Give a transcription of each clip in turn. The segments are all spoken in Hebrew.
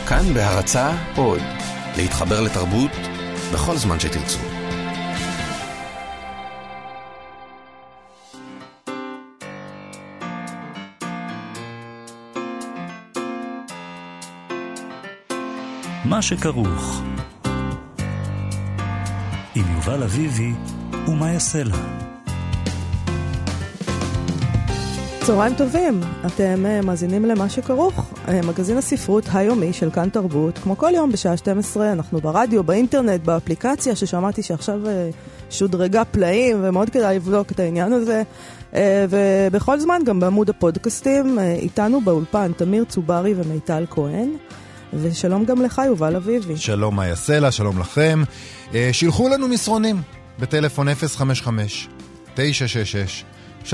כאן בהרצאה עוד, להתחבר לתרבות בכל זמן שתרצו. מה שכרוך עם יובל אביבי ומה יעשה לה. צהריים טובים, אתם מאזינים למה שכרוך, מגזין הספרות היומי של כאן תרבות. כמו כל יום בשעה 12 אנחנו ברדיו, באינטרנט, באפליקציה ששמעתי שעכשיו שודרגה פלאים ומאוד כדאי לבדוק את העניין הזה, ובכל זמן גם בעמוד הפודקאסטים. איתנו באולפן תמיר צוברי ומיטל כהן, ושלום גם לך יובל אביבי. שלום מה יעשה לה, שלום לכם. שילחו לנו מסרונים בטלפון 055-966-3992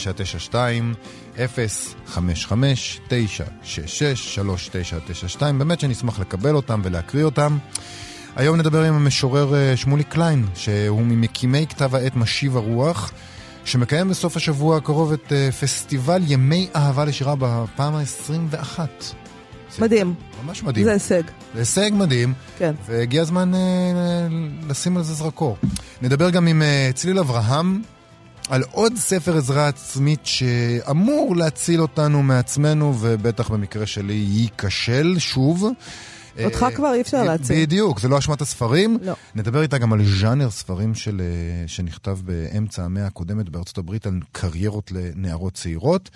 055-966-3992. באמת שנשמח לקבל אותם ולהקריא אותם. היום נדבר עם המשורר שמולי קליין, שהוא ממקימי כתב העת משיב הרוח, שמקיים בסוף השבוע הקרוב את פסטיבל ימי אהבה לשירה בפעם ה-21. מדהים. ממש מדהים. זה הישג. זה הישג מדהים. כן. והגיע הזמן לשים על זה זרקור. נדבר גם עם צליל אברהם על עוד ספר עזרה עצמית שאמור להציל אותנו מעצמנו, ובטח במקרה שלי ייכשל שוב. אותך כבר אי אפשר להציל. בדיוק, זה לא אשמת הספרים. לא. נדבר איתה גם על ז'אנר ספרים שנכתב באמצע המאה הקודמת בארצות הברית, על קריירות לנערות צעירות.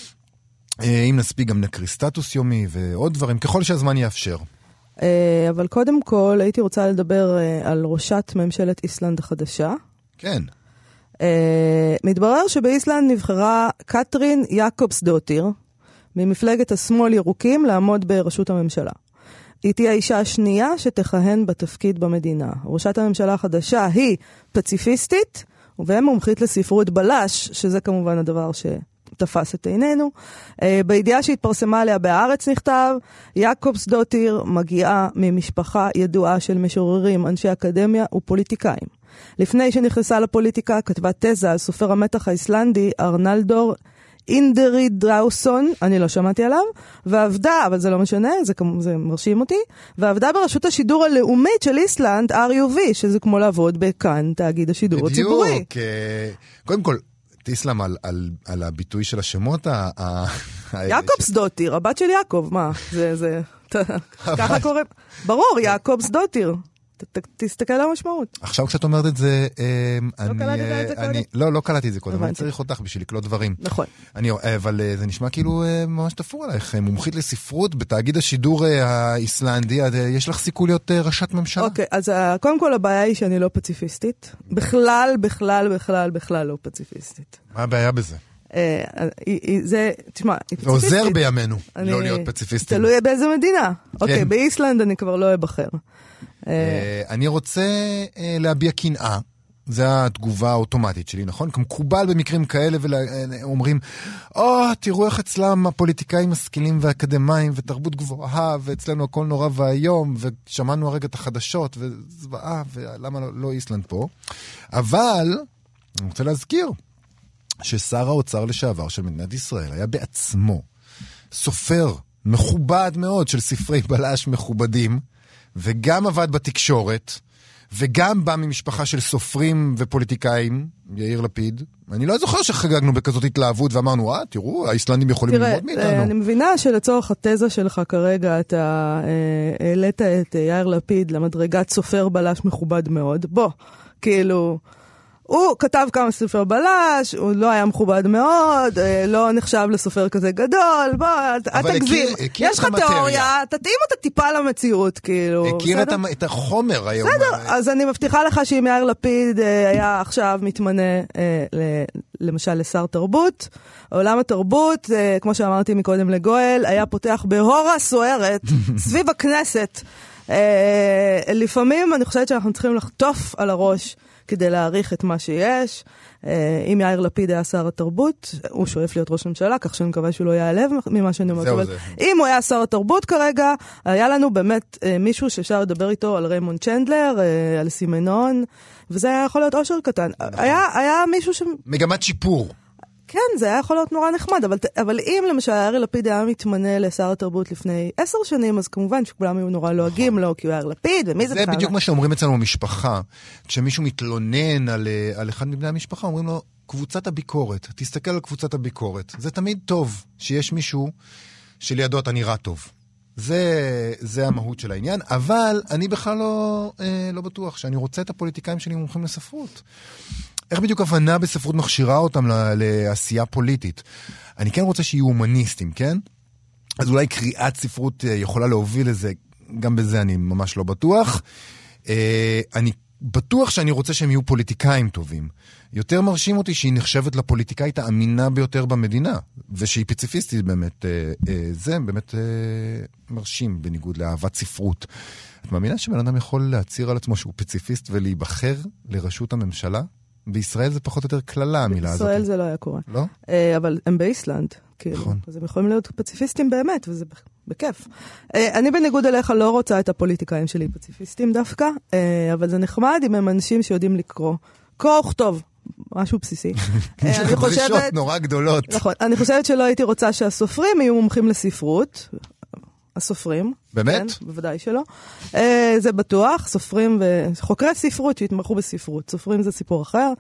אם נספיק גם נקריא סטטוס יומי ועוד דברים, ככל שהזמן יאפשר. אבל קודם כל הייתי רוצה לדבר על ראשת ממשלת איסלנד החדשה. כן. מתברר שבאיסלנד נבחרה קטרין יעקובסדוטיר ממפלגת השמאל ירוקים לעמוד בראשות הממשלה. היא תהיה האישה השנייה שתכהן בתפקיד במדינה. ראשת הממשלה החדשה היא פציפיסטית, והם מומחית לספרות בלש, שזה כמובן הדבר שתפס את עינינו. בידיעה שהתפרסמה עליה בהארץ נכתב, יעקובסדוטיר מגיעה ממשפחה ידועה של משוררים, אנשי אקדמיה ופוליטיקאים. לפני שנכנסה לפוליטיקה, כתבה תזה על סופר המתח האיסלנדי ארנלדור אינדרידראוסון, אני לא שמעתי עליו, ועבדה, אבל זה לא משנה, זה מרשים אותי, ועבדה ברשות השידור הלאומית של איסלנד, RUV, שזה כמו לעבוד בכאן, תאגיד השידור הציבורי. בדיוק, קודם כל, תסלם על הביטוי של השמות. יעקובסדוטיר, הבת של יעקב, מה? זה ככה קורה. ברור, יעקובסדוטיר. תסתכל על המשמעות. עכשיו כשאת אומרת את זה, לא קלטת את זה קודם? לא קלטתי את זה קודם, אני צריך אותך בשביל לקלוט דברים. נכון. אבל זה נשמע כאילו ממש תפור עלייך, מומחית לספרות בתאגיד השידור האיסלנדי, יש לך סיכוי להיות ראשת ממשלה? אוקיי, אז קודם כל הבעיה היא שאני לא פציפיסטית. בכלל לא פציפיסטית. מה הבעיה בזה? זה, תשמע, זה עוזר בימינו לא להיות פציפיסטים. תלוי באיזה מדינה. אוקיי, באיסלנד אני כבר לא אבחר. אני רוצה להביע קנאה, זו התגובה האוטומטית שלי, נכון? כמקובל במקרים כאלה, ואומרים, תראו איך אצלם הפוליטיקאים משכילים ואקדמיים, ותרבות גבוהה, ואצלנו הכל נורא והיום, ושמענו הרגע את החדשות, וזוועה, ולמה לא איסלנד פה? אבל, אני רוצה להזכיר, ששר האוצר לשעבר של מדינת ישראל היה בעצמו סופר מכובד מאוד של ספרי בלש מכובדים, וגם עבד בתקשורת, וגם בא ממשפחה של סופרים ופוליטיקאים, יאיר לפיד. אני לא זוכר שחגגנו בכזאת התלהבות ואמרנו, תראו, האיסלנדים יכולים ללמוד מאיתנו. תראה, אני מבינה שלצורך התזה שלך כרגע, אתה העלית את יאיר לפיד למדרגת סופר בלש מכובד מאוד. בוא, כאילו, הוא כתב כמה סופר בלש, הוא לא היה מכובד מאוד, לא נחשב לסופר כזה גדול, בוא, אל תגזים. יש לך תיאוריה, תתאים אותה טיפה למציאות, כאילו. הכיר את החומר היום. בסדר, אז אני מבטיחה לך שאם יאיר לפיד היה עכשיו מתמנה, למשל לשר תרבות, עולם התרבות, כמו שאמרתי מקודם לגואל, היה פותח בהורה סוערת, סביב הכנסת. לפעמים אני חושבת שאנחנו צריכים לחטוף על הראש, כדי להעריך את מה שיש. אם יאיר לפיד היה שר התרבות, הוא שואף להיות ראש ממשלה, כך שאני מקווה שהוא לא יעלב ממה שאני אומרת. אבל אם הוא היה שר התרבות כרגע, היה לנו באמת מישהו שאפשר לדבר איתו על ריימונד צ'נדלר, על סימנון, וזה היה יכול להיות אושר קטן. היה מישהו מגמת שיפור. כן, זה היה יכול להיות נורא נחמד, אבל אם למשל יאיר לפיד היה מתמנה לשר התרבות לפני 10 שנים, אז כמובן שכולם היו נורא לועגים לו, כי הוא יאיר לפיד, ומי זה זה בדיוק מה שאומרים אצלנו במשפחה. כשמישהו מתלונן על אחד מבני המשפחה, אומרים לו, קבוצת הביקורת, תסתכל על קבוצת הביקורת. זה תמיד טוב שיש מישהו שלידו אתה נראה טוב. זה המהות של העניין, אבל אני בכלל לא בטוח שאני רוצה את הפוליטיקאים שלי מומחים לספרות. איך בדיוק הבנה בספרות מכשירה אותם לעשייה פוליטית? אני כן רוצה שיהיו הומניסטים, כן? אז אולי קריאת ספרות יכולה להוביל לזה, גם בזה אני ממש לא בטוח. אני בטוח שאני רוצה שהם יהיו פוליטיקאים טובים. יותר מרשים אותי שהיא נחשבת לפוליטיקאית האמינה ביותר במדינה, ושהיא פציפיסטית באמת, זה באמת מרשים בניגוד לאהבת ספרות. את מאמינה שבן אדם יכול להצהיר על עצמו שהוא פציפיסט ולהיבחר לראשות הממשלה? בישראל זה פחות או יותר כללה המילה הזאת. בישראל זה לא היה קורה. לא? אבל הם באיסלנד, כאילו. נכון. אז הם יכולים להיות פציפיסטים באמת, וזה בכיף. אני בניגוד אליך לא רוצה את הפוליטיקאים שלי פציפיסטים דווקא, אבל זה נחמד אם הם אנשים שיודעים לקרוא. קרוא וכתוב, משהו בסיסי. אני חושבת... דרישות נורא גדולות. נכון. אני חושבת שלא הייתי רוצה שהסופרים יהיו מומחים לספרות. הסופרים. באמת? כן, בוודאי שלא. זה בטוח, סופרים וחוקרי ספרות שהתמחו בספרות. סופרים זה סיפור אחר.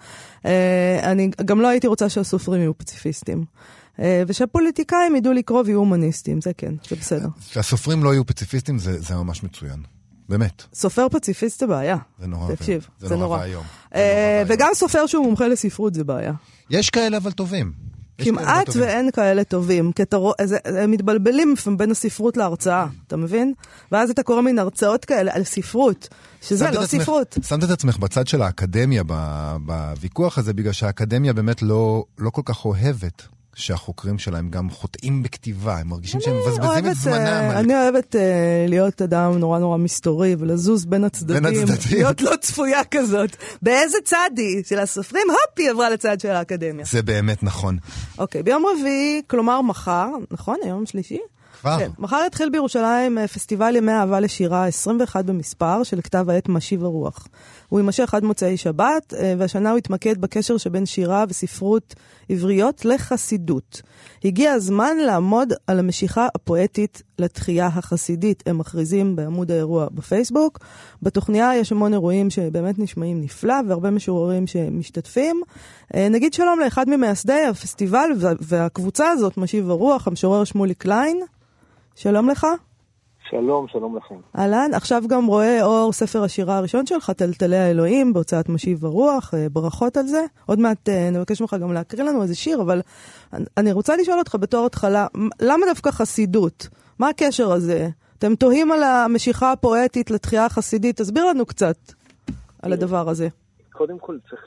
אני גם לא הייתי רוצה שהסופרים יהיו פציפיסטים. ושהפוליטיקאים ידעו לקרוא ויהיו הומניסטים, זה כן, זה בסדר. שהסופרים לא יהיו פציפיסטים זה ממש מצוין. באמת. סופר פציפיסט זה בעיה. זה נורא. תקשיב, זה נורא והיום. וגם סופר שהוא מומחה לספרות זה בעיה. יש כאלה אבל טובים. כמעט ואין כאלה טובים, כי הם מתבלבלים בין הספרות להרצאה, אתה מבין? ואז אתה קורא מן הרצאות כאלה על ספרות, שזה לא ספרות. שמת את עצמך בצד של האקדמיה בוויכוח הזה, בגלל שהאקדמיה באמת לא כל כך אוהבת שהחוקרים שלהם גם חוטאים בכתיבה, הם מרגישים שהם מבזבזים את זמנם. אני אוהבת להיות אדם נורא נורא מסתורי, ולזוז בין הצדדים, להיות לא צפויה כזאת. באיזה צד היא של הסופרים, הופ, היא עברה לצד של האקדמיה. זה באמת נכון. אוקיי, ביום רביעי, כלומר מחר, נכון? היום שלישי? כבר. כן, מחר התחיל בירושלים פסטיבל ימי אהבה לשירה, 21 במספר, של כתב העת משיב הרוח. הוא יימשך עד מוצאי שבת, והשנה הוא התמקד בקשר שבין שירה וספרות עבריות לחסידות. הגיע הזמן לעמוד על המשיכה הפואטית לתחייה החסידית. הם מכריזים בעמוד האירוע בפייסבוק. בתוכניה יש המון אירועים שבאמת נשמעים נפלא, והרבה משוררים שמשתתפים. נגיד שלום לאחד ממייסדי הפסטיבל, והקבוצה הזאת, משיב הרוח, המשורר שמולי קליין. שלום לך. שלום, שלום לכם. אהלן, עכשיו גם רואה אור ספר השירה הראשון שלך, טלטלי האלוהים, בהוצאת משיב הרוח, ברכות על זה. עוד מעט נבקש ממך גם להקריא לנו איזה שיר, אבל אני רוצה לשאול אותך בתור התחלה, למה דווקא חסידות? מה הקשר הזה? אתם תוהים על המשיכה הפואטית לתחייה החסידית, תסביר לנו קצת על הדבר הזה. קודם כל צריך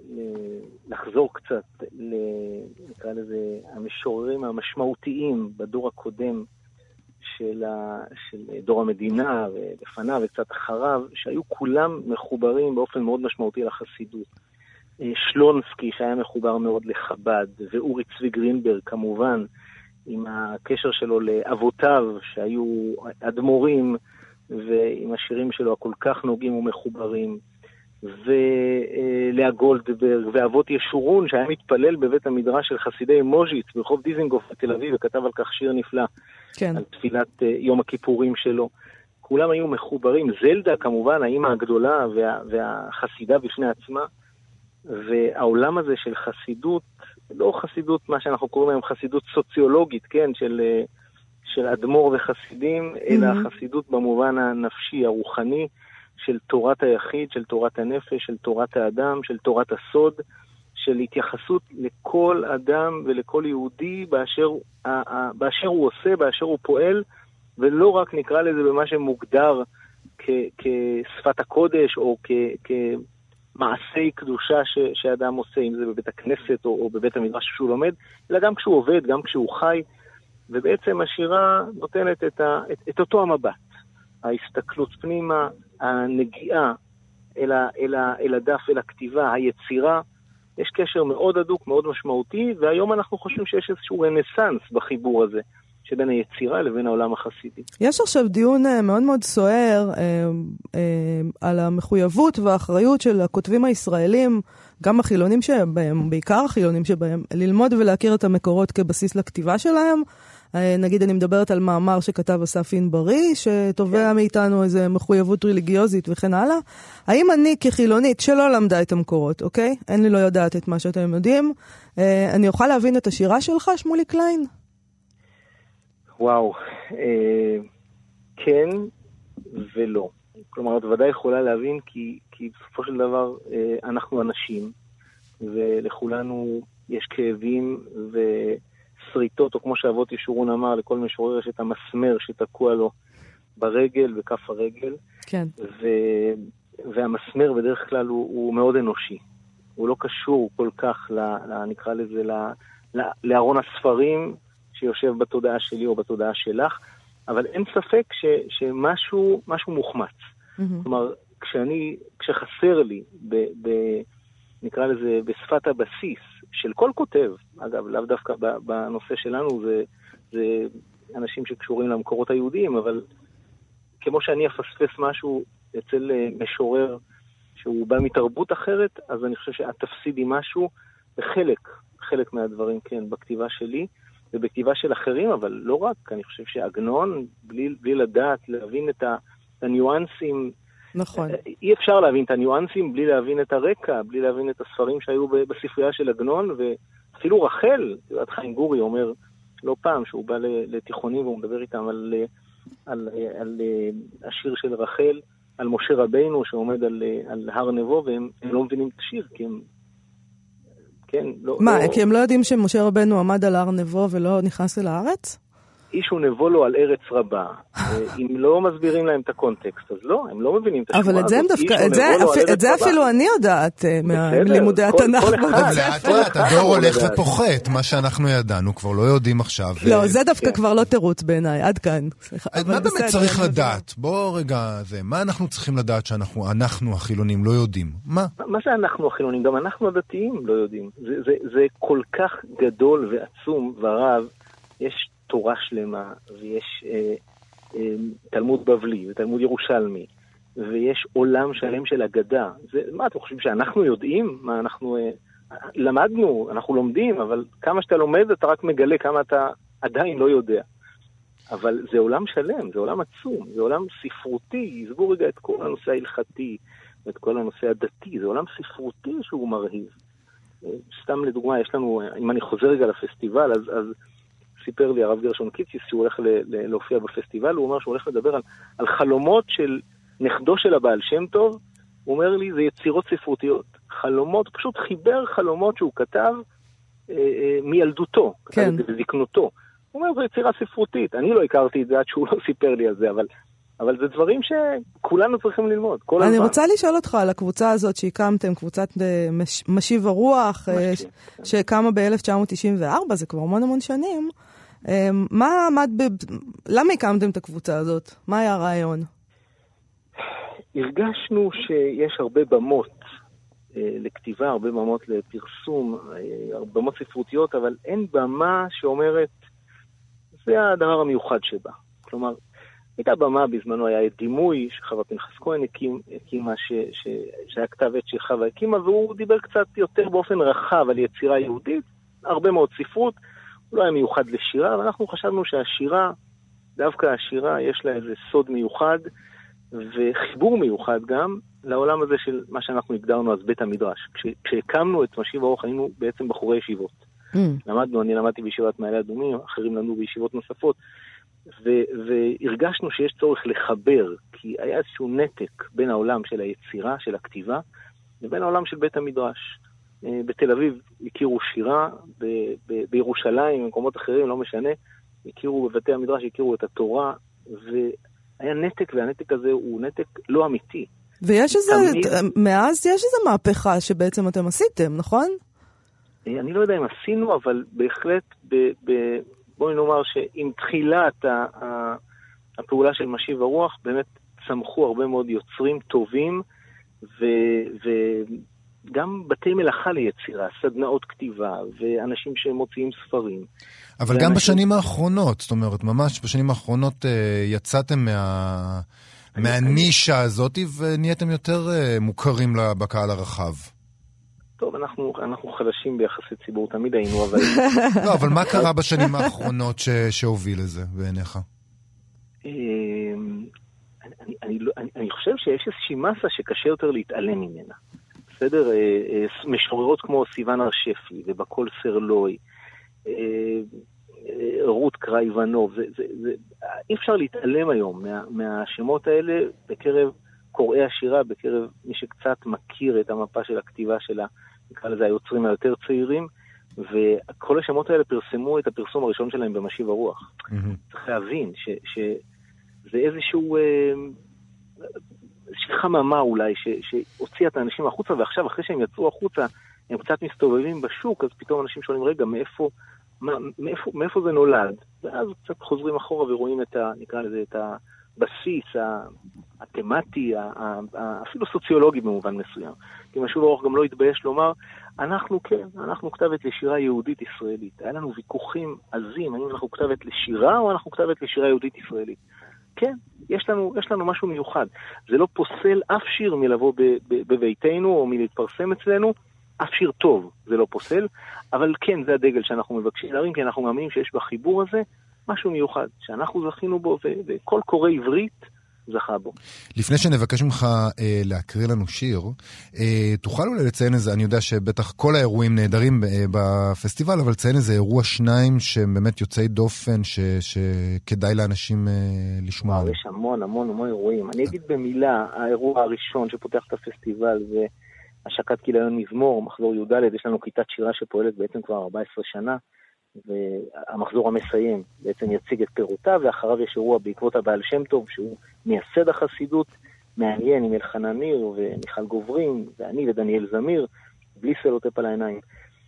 לחזור קצת, נקרא לזה, המשוררים המשמעותיים בדור הקודם, של דור המדינה ולפניו וקצת אחריו, שהיו כולם מחוברים באופן מאוד משמעותי לחסידות. שלונסקי שהיה מחובר מאוד לחב"ד, ואורי צבי גרינברג כמובן, עם הקשר שלו לאבותיו שהיו אדמו"רים, ועם השירים שלו הכל כך נוגעים ומחוברים, ולאה גולדברג, ואבות ישורון שהיה מתפלל בבית המדרש של חסידי מוז'יץ ברחוב דיזנגוף בתל אביב, וכתב על כך שיר נפלא. כן. על תפילת יום הכיפורים שלו. כולם היו מחוברים. זלדה כמובן, האמא הגדולה והחסידה בפני עצמה. והעולם הזה של חסידות, לא חסידות מה שאנחנו קוראים היום חסידות סוציולוגית, כן, של אדמו"ר וחסידים, אלא חסידות במובן הנפשי, הרוחני, של תורת היחיד, של תורת הנפש, של תורת האדם, של תורת הסוד, של התייחסות לכל אדם ולכל יהודי באשר הוא עושה, באשר הוא פועל, ולא רק נקרא לזה במה שמוגדר כשפת הקודש או כמעשי קדושה שאדם עושה, אם זה בבית הכנסת או בבית המדרש שהוא לומד, אלא גם כשהוא עובד, גם כשהוא חי, ובעצם השירה נותנת את אותו המבט, ההסתכלות פנימה, הנגיעה אל הדף, אל הכתיבה, היצירה, יש קשר מאוד הדוק, מאוד משמעותי, והיום אנחנו חושבים שיש איזשהו רנסנס בחיבור הזה. שבין היצירה לבין העולם החסידי. יש עכשיו דיון מאוד מאוד סוער על המחויבות והאחריות של הכותבים הישראלים, גם החילונים שבהם, בעיקר החילונים שבהם, ללמוד ולהכיר את המקורות כבסיס לכתיבה שלהם. נגיד אני מדברת על מאמר שכתב אסף ענברי, שתובע מאיתנו איזו מחויבות רליגיוזית וכן הלאה. האם אני כחילונית שלא למדה את המקורות, אוקיי? אין לי לא יודעת את מה שאתם יודעים. אני אוכל להבין את השירה שלך, שמולי קליין? וואו, כן ולא. כלומר, את ודאי יכולה להבין כי בסופו של דבר אנחנו אנשים, ולכולנו יש כאבים וסריטות, או כמו שאבות ישורון אמר, לכל משורר יש את המסמר שתקוע לו ברגל, בכף הרגל. כן. והמסמר בדרך כלל הוא מאוד אנושי. הוא לא קשור כל כך, נקרא לזה, לארון הספרים, שיושב בתודעה שלי או בתודעה שלך, אבל אין ספק שמשהו מוחמץ. כלומר, כשחסר לי, נקרא לזה, בשפת הבסיס של כל כותב, אגב, לאו דווקא בנושא שלנו, זה אנשים שקשורים למקורות היהודיים, אבל כמו שאני אפספס משהו אצל משורר שהוא בא מתרבות אחרת, אז אני חושב שאת תפסידי משהו, חלק מהדברים, כן, בכתיבה שלי, ובכתיבה של אחרים, אבל לא רק, אני חושב שעגנון, בלי לדעת, להבין את הניואנסים, נכון. אי אפשר להבין את הניואנסים בלי להבין את הרקע, בלי להבין את הספרים שהיו בספרייה של עגנון, ואפילו רחל, חיים גורי אומר לא פעם, שהוא בא לתיכונים והוא מדבר איתם על השיר של רחל, על משה רבינו שעומד על הר נבו, והם לא מבינים את השיר, כי הם כן, כי הם לא יודעים שמשה רבנו עמד על הר נבו ולא נכנס אל הארץ? איש הוא נבוא לו על ארץ רבה. אם לא מסבירים להם את הקונטקסט, אז לא, הם לא מבינים את השורה. אבל את זה אפילו אני יודעת מלימודי התנ"ך. לאט לאט, הדור הולך ופוחת, מה שאנחנו ידענו, כבר לא יודעים עכשיו. לא, זה דווקא כבר לא תירוץ בעיניי, עד כאן. מה באמת צריך לדעת? בוא רגע, מה אנחנו צריכים לדעת שאנחנו החילונים לא יודעים? מה זה אנחנו החילונים? גם אנחנו הדתיים לא יודעים. זה כל כך גדול ועצום ורב. יש תורה שלמה, ויש תלמוד בבלי, ותלמוד ירושלמי, ויש עולם שלם של אגדה. מה, אתם חושבים שאנחנו יודעים? מה, אנחנו למדנו, אנחנו לומדים, אבל כמה שאתה לומד, אתה רק מגלה כמה אתה עדיין לא יודע. אבל זה עולם שלם, זה עולם עצום, זה עולם ספרותי, עזבו רגע את כל הנושא ההלכתי, ואת כל הנושא הדתי, זה עולם ספרותי שהוא מרהיב. סתם לדוגמה, יש לנו, אם אני חוזר רגע לפסטיבל, אז סיפר לי הרב גרשון קיציס שהוא הולך להופיע בפסטיבל, הוא אומר שהוא הולך לדבר על חלומות של נכדו של הבעל שם טוב, הוא אומר לי, זה יצירות ספרותיות. חלומות, פשוט חיבר חלומות שהוא כתב מילדותו, כן. בזקנותו. הוא אומר, זו יצירה ספרותית. אני לא הכרתי את זה עד שהוא לא סיפר לי על זה, אבל זה דברים שכולנו צריכים ללמוד. אני רוצה לשאול אותך על הקבוצה הזאת שהקמתם, קבוצת משיב הרוח, שקמה ב-1994, זה כבר המון שנים. למה הקמתם את הקבוצה הזאת? מה היה הרעיון? הרגשנו שיש הרבה במות לכתיבה, הרבה במות לפרסום, במות ספרותיות, אבל אין במה שאומרת, זה הדבר המיוחד שבה. כלומר, הייתה במה בזמנו, היה דימוי שחווה פנחס כהן הקימה, שהיה כתב עת שחווה הקימה, והוא דיבר קצת יותר באופן רחב על יצירה יהודית, הרבה מאוד ספרות, הוא לא היה מיוחד לשירה, אבל אנחנו חשבנו שהשירה, דווקא השירה יש לה איזה סוד מיוחד, וחיבור מיוחד גם לעולם הזה של מה שאנחנו הגדרנו אז בית המדרש. כשהקמנו את משיב הרוח היינו בעצם בחורי ישיבות. אני למדתי בישיבת מעלה אדומים, אחרים למדו בישיבות נוספות, והרגשנו שיש צורך לחבר, כי היה איזשהו נתק בין העולם של היצירה, של הכתיבה, לבין העולם של בית המדרש. בתל אביב הכירו שירה, בירושלים, במקומות אחרים, לא משנה, הכירו בבתי המדרש, הכירו את התורה, והיה נתק, והנתק הזה הוא נתק לא אמיתי. ויש מאז יש איזו מהפכה שבעצם אתם עשיתם, נכון? אני לא יודע אם עשינו, אבל בהחלט, בואי נאמר שעם תחילת הפעולה של משיב הרוח, באמת צמחו הרבה מאוד יוצרים טובים, גם בתי מלאכה ליצירה, סדנאות כתיבה, ואנשים שמוציאים ספרים. אבל גם בשנים האחרונות, זאת אומרת, ממש בשנים האחרונות יצאתם מהנישה הזאת, ונהייתם יותר מוכרים בקהל הרחב. טוב, אנחנו חלשים ביחסי ציבור, תמיד היינו, אבל... לא, אבל מה קרה בשנים האחרונות שהוביל לזה בעיניך? אני חושב שיש איזושהי מסה שקשה יותר להתעלם ממנה. בסדר? משוררות כמו סיוון הרשפי ובקול סרלוי, רות קרייבנוב, אי אפשר להתעלם היום מהשמות האלה בקרב קוראי השירה, בקרב מי שקצת מכיר את המפה של הכתיבה שלה, נקרא לזה היוצרים היותר צעירים, וכל השמות האלה פרסמו את הפרסום הראשון שלהם במשיב הרוח. צריך להבין שזה איזשהו חממה אולי שהוציאה את האנשים החוצה, ועכשיו אחרי שהם יצאו החוצה הם קצת מסתובבים בשוק, אז פתאום אנשים שואלים, רגע, מאיפה זה נולד? ואז קצת חוזרים אחורה ורואים נקרא לזה, את הבסיס התמטי, אפילו סוציולוגי במובן מסוים. כי משהו ברוך גם לא התבייש לומר, אנחנו כתבת לשירה יהודית ישראלית. היה לנו ויכוחים עזים, האם אנחנו כתבת לשירה או אנחנו כתבת לשירה יהודית ישראלית. כן, יש לנו משהו מיוחד. זה לא פוסל אף שיר מלבוא בביתנו או מלהתפרסם אצלנו, אף שיר טוב זה לא פוסל, אבל כן, זה הדגל שאנחנו מבקשים להרים, כי אנחנו מאמינים שיש בחיבור הזה משהו מיוחד, שאנחנו זכינו בו, וכל קורא עברית זכה בו. לפני שנבקש ממך להקריא לנו שיר, תוכל אולי לציין איזה, אני יודע שבטח כל האירועים נהדרים בפסטיבל, אבל לציין איזה אירוע שניים שהם באמת יוצאי דופן, שכדאי לאנשים לשמוע. יש המון אירועים. אני אגיד במילה, האירוע הראשון שפותח את הפסטיבל זה השקת כיליון מזמור, מחזור י"ד, יש לנו כיתת שירה שפועלת בעצם כבר 14 שנה, והמחזור המסיים בעצם יציג את פירותיו, ואחריו יש אירוע בעקבות הבעל שם טוב, שהוא מייסד החסידות, מעניין עם אלחנן ניר ומיכל גוברין, ואני ודניאל זמיר, בלי סלוטפ על העיניים.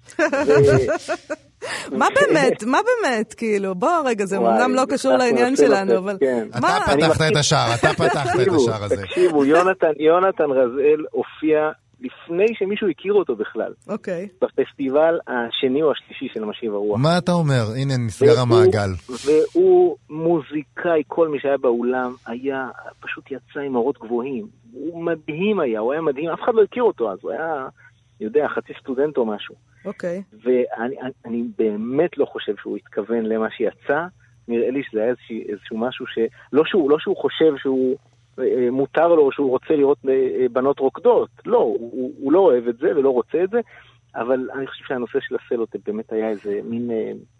מה באמת, כאילו, בוא רגע, זה אומנם לא קשור לעניין שלנו, אבל... אתה פתחת את השער, הזה. תקשיבו, יונתן רזאל הופיע לפני שמישהו הכיר אותו בכלל. אוקיי. בפסטיבל השני או השלישי של משיב הרוח. מה אתה אומר? הנה, נסגר המעגל. והוא מוזיקאי, כל מי שהיה באולם, היה, פשוט יצא עם אורות גבוהים. הוא מדהים הוא היה מדהים, אף אחד לא הכיר אותו אז, הוא היה, יודע, חצי סטודנט או משהו. אוקיי. ואני באמת לא חושב שהוא התכוון למה שיצא, נראה לי שזה היה איזשהו משהו לא שהוא חושב שהוא מותר לו, שהוא רוצה לראות בנות רוקדות. לא, הוא לא אוהב את זה ולא רוצה את זה, אבל אני חושב שהנושא של הסלוטפ באמת היה איזה מין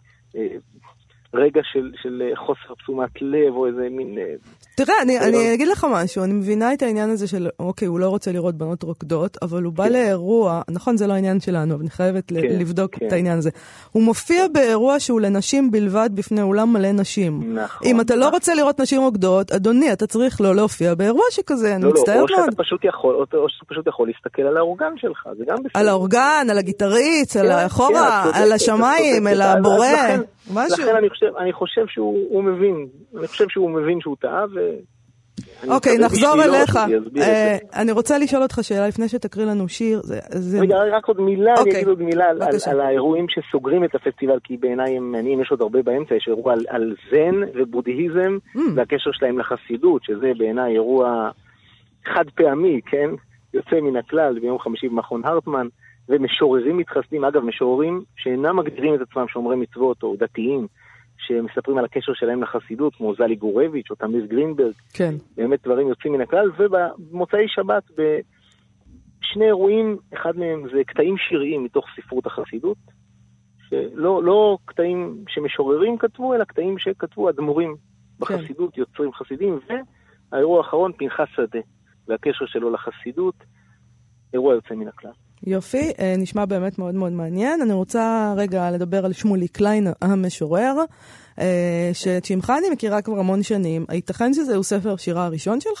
רגע של חוסר תשומת לב, או איזה מין... תראה, אני אגיד לך משהו, אני מבינה את העניין הזה של, אוקיי, הוא לא רוצה לראות בנות רוקדות, אבל הוא בא לאירוע, נכון, זה לא העניין שלנו, אבל אני חייבת לבדוק את העניין הזה. הוא מופיע באירוע שהוא לנשים בלבד בפני אולם מלא נשים. נכון. אם אתה לא רוצה לראות נשים רוקדות, אדוני, אתה צריך לא להופיע באירוע שכזה, אני מצטערת מאוד. או שאתה פשוט יכול להסתכל על האורגן שלך, זה גם בסדר. על האורגן, על הגיטריץ, על האחורה, על השמיים, על הבורא, משהו. לכן אני חושב שהוא מבין, שהוא טעה, אוקיי, נחזור אליך. אני רוצה לשאול אותך שאלה לפני שתקריא לנו שיר. רגע, רק עוד מילה, אני אגיד עוד מילה על האירועים שסוגרים את הפסטיבל, כי בעיניי הם מעניינים, יש עוד הרבה באמצע, יש אירוע על זן ובודהיזם, והקשר שלהם לחסידות, שזה בעיניי אירוע חד פעמי, כן? יוצא מן הכלל, ביום חמישי במכון הרטמן, ומשוררים מתחסדים, אגב, משוררים שאינם מגדירים את עצמם שומרי מצוות או דתיים, שמספרים על הקשר שלהם לחסידות, כמו זלי גורביץ' או תמיר גרינברג. כן. באמת דברים יוצאים מן הכלל, ובמוצאי שבת, בשני אירועים, אחד מהם זה קטעים שיריים מתוך ספרות החסידות, לא קטעים שמשוררים כתבו, אלא קטעים שכתבו אדמו"רים בחסידות, יוצרים חסידים, והאירוע האחרון, פנחס שדה, והקשר שלו לחסידות, אירוע יוצא מן הכלל. יופי, נשמע באמת מאוד מאוד מעניין. אני רוצה רגע לדבר על שמולי קליין המשורר, שאת שמך אני מכירה כבר המון שנים. הייתכן שזהו ספר שירה הראשון שלך?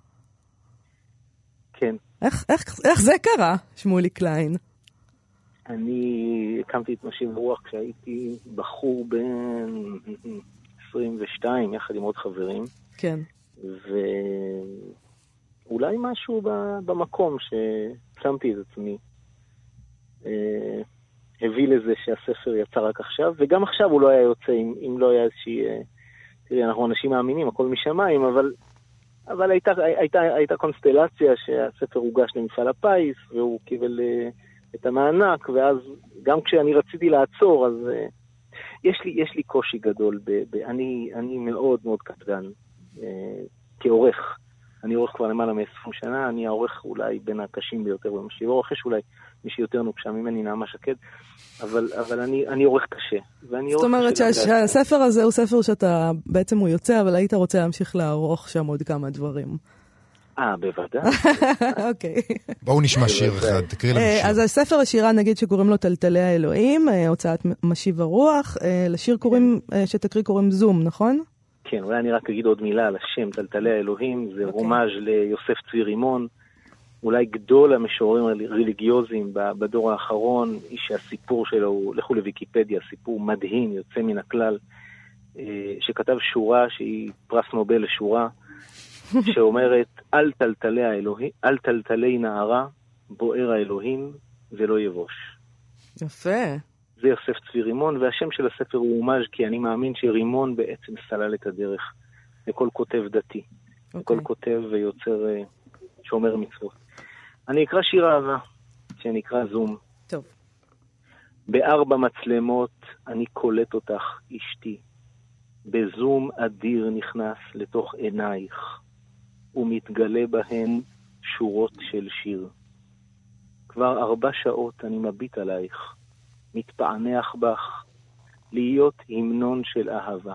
כן. איך זה קרה, שמולי קליין? אני הקמתי את משיב רוח כשהייתי בחור בן 22, יחד עם עוד חברים. כן. ואולי משהו במקום ששמתי את עצמי הביא לזה שהספר יצא רק עכשיו, וגם עכשיו הוא לא היה יוצא אם לא היה איזושהי... תראי, אנחנו אנשים מאמינים, הכל משמיים, אבל הייתה קונסטלציה שהספר הוגש למפעל הפיס, והוא קיבל את המענק, ואז גם כשאני רציתי לעצור, אז יש לי קושי גדול, אני מאוד מאוד קטגן כעורך. אני עורך כבר למעלה מ-20 שנה, אני העורך אולי בין הקשים ביותר במשיב עורך, יש אולי מי שיותר נוקשה ממני, נעמה שקד, אבל אני עורך קשה. זאת אומרת שהספר הזה הוא ספר שאתה, בעצם הוא יוצא, אבל היית רוצה להמשיך לערוך שם עוד כמה דברים. בוודאי. אוקיי. בואו נשמע שיר אחד, תקריא לנו שיר. אז הספר השירה, נגיד שקוראים לו טלטלי האלוהים, הוצאת משיב הרוח, לשיר שתקריא קוראים זום, נכון? כן, אולי אני רק אגיד עוד מילה על השם, טלטלי האלוהים, זה רומז' ליוסף צבי רימון, אולי גדול המשוררים הרליגיוזיים בדור האחרון, איש שהסיפור שלו, לכו לוויקיפדיה, סיפור מדהים, יוצא מן הכלל, שכתב שורה שהיא פרס נובל לשורה, שאומרת, אל טלטלי נערה, בוער האלוהים, ולא יבוש. יפה. זה יוסף צבי רימון, והשם של הספר הוא הומאז' כי אני מאמין שרימון בעצם סלל את הדרך לכל כותב דתי, לכל כותב ויוצר שומר מצוות. אני אקרא שיר אהבה, שנקרא זום. טוב. 4 מצלמות אני קולט אותך, אשתי. בזום אדיר נכנס לתוך עינייך, ומתגלה בהן שורות של שיר. כבר 4 שעות אני מביט עלייך, מתפענח בך, להיות המנון של אהבה.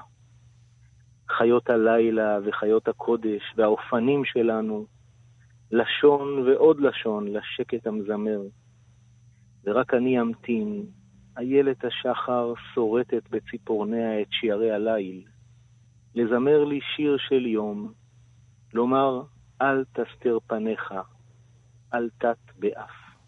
חיות הלילה וחיות הקודש והאופנים שלנו, לשון ועוד לשון לשקט המזמר. ורק אני אמתין, איילת השחר שורטת בציפורניה את שירי הליל, לזמר לי שיר של יום, לומר אל תסתר פניך, אל תת באף.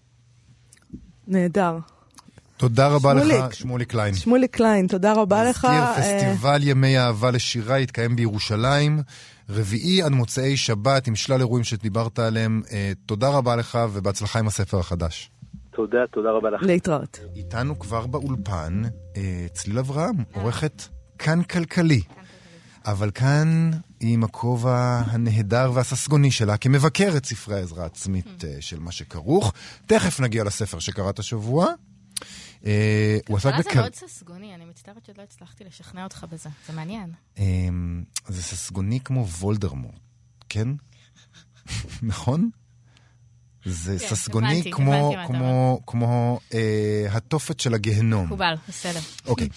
נהדר. תודה רבה לך, שמוליק קליין. שמוליק קליין, תודה רבה לך. פסטיבל ימי אהבה לשירה יתקיים בירושלים, רביעי עד מוצאי שבת, עם שלל אירועים שדיברת עליהם. תודה רבה לך ובהצלחה עם הספר החדש. תודה רבה לך. להתראות. איתנו כבר באולפן צליל אברהם, עורכת כאן כלכלי. אבל כאן היא עם הכובע הנהדר והססגוני שלה, כמבקרת ספרי העזרה העצמית של מה שכרוך. תכף נגיע לספר שקראת השבוע. זה מאוד ססגוני, אני מצטערת שלא הצלחתי לשכנע אותך בזה, זה מעניין. זה ססגוני כמו וולדרמורט, כן? נכון? זה ססגוני כמו התופת של הגהנום. קובל, בסדר. אוקיי.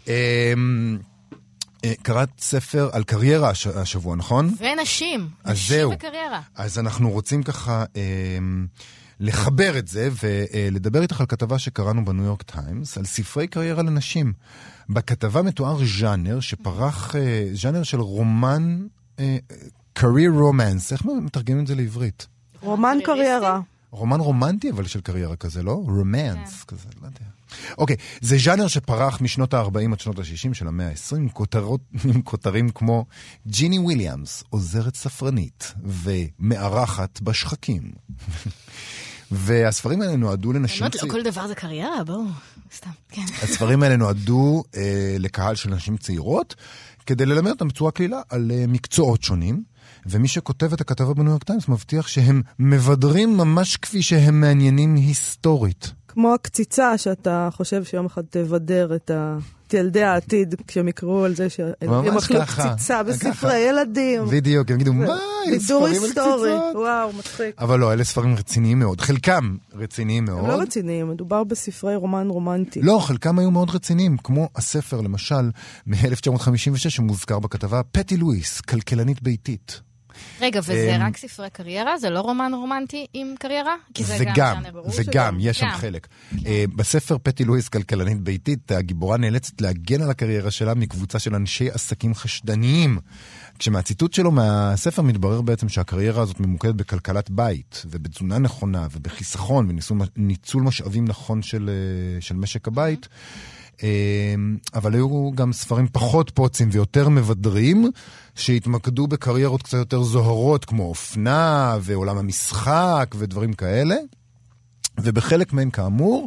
קראת ספר על קריירה השבוע, נכון? ונשים, נשים וקריירה. אז אנחנו רוצים ככה לחבר את זה ולדבר איתך על כתבה שקראנו בניו יורק טיימס, על ספרי קריירה לנשים. בכתבה מתואר ז'אנר שפרח, ז'אנר של רומן, career romance. איך מתרגמים את זה לעברית? רומן קריירה. רומן רומנטי אבל של קריירה כזה, לא? רומנס כזה, לא יודע. אוקיי, זה ז'אנר שפרח משנות ה-40 עד שנות ה-60 של המאה ה-20, עם כותרים כמו ג'יני וויליאמס, עוזרת ספרנית ומארחת בשחקים. והספרים האלה נועדו לנשים... לא כל דבר זה קריירה, בואו, סתם, כן. הספרים האלה נועדו לקהל של נשים צעירות, כדי ללמד אותם בצורה כלילה על מקצועות שונים, ומי שכותב את הכתבה בניו יורק טיימס מבטיח שהם מבדרים ממש כפי שהם מעניינים היסטורית. כמו הקציצה שאתה חושב שיום אחד תבדר את ילדי העתיד, כשהם יקראו על זה שהם אכלו קציצה בספרי ילדים. בדיוק, הם יגידו, מה? בידור היסטורי. וואו, מצחיק. אבל לא, אלה ספרים רציניים מאוד. חלקם רציניים מאוד. הם לא רציניים, מדובר בספרי רומן רומנטי. לא, חלקם היו מאוד רציניים, כמו הספר, למשל, מ-1956, שמוזכר בכתבה, פטי לואיס, כלכלנית ביתית. רגע, וזה רק ספרי קריירה? זה לא רומן רומנטי עם קריירה? זה גם, יש שם חלק. בספר פטי לואיס, כלכלנית ביתית, הגיבורה נאלצת להגן על הקריירה שלה מקבוצה של אנשי עסקים חשדניים. כשמהציטוט שלו מהספר מתברר בעצם שהקריירה הזאת ממוקדת בכלכלת בית, ובתזונה נכונה, ובחיסכון, וניצול משאבים נכון של משק הבית. אבל היו גם ספרים פחות פוצים ויותר מבדרים שהתמקדו בקריירות קצת יותר זוהרות כמו אופנה ועולם המשחק ודברים כאלה, ובחלק מהן כאמור